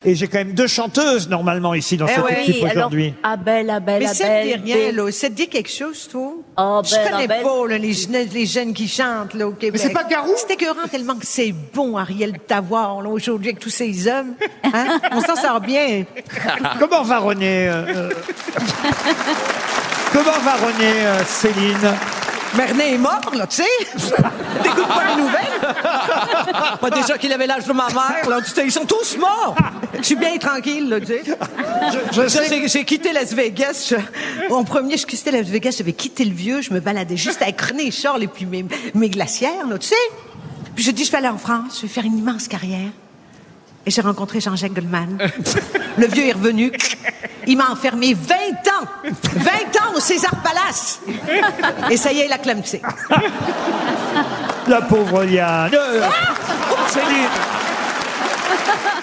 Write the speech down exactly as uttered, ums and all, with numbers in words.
Et j'ai quand même deux chanteuses, normalement, ici, dans Eh cette ouais, équipe alors, aujourd'hui. Abel, Abel, Mais ça Abel. te dit rien, là. Ça te dit quelque chose, toi? Oh, Je ben, connais ben. pas, là, les, jeunes- les jeunes qui chantent, là, au Québec. Mais c'est pas Garou? C'est écœurant tellement que c'est bon, Ariel, de t'avoir, là, aujourd'hui, avec tous ces hommes. Hein? On s'en sort bien. Comment va René euh, euh, Comment va René, euh, Céline? Mais René est mort, là, tu sais. T'écoutes pas les nouvelles? Pas déjà qu'il avait l'âge de ma mère, là. Tu sais, ils sont tous morts. Je suis bien tranquille, là, tu sais. Je sais J'ai j'ai quitté Las Vegas. Je- en premier, je quittais Las Vegas, j'avais quitté le vieux, je me baladais juste avec René et Charles et puis mes, mes glacières, là, tu sais. Puis je dis, je vais aller en France, je vais faire une immense carrière. Et j'ai rencontré Jean-Jacques Goldman. Le vieux est revenu. Il m'a enfermé vingt ans. vingt ans au César Palace. Et ça y est, il a clamsé. La pauvre Liane. Euh, Céline.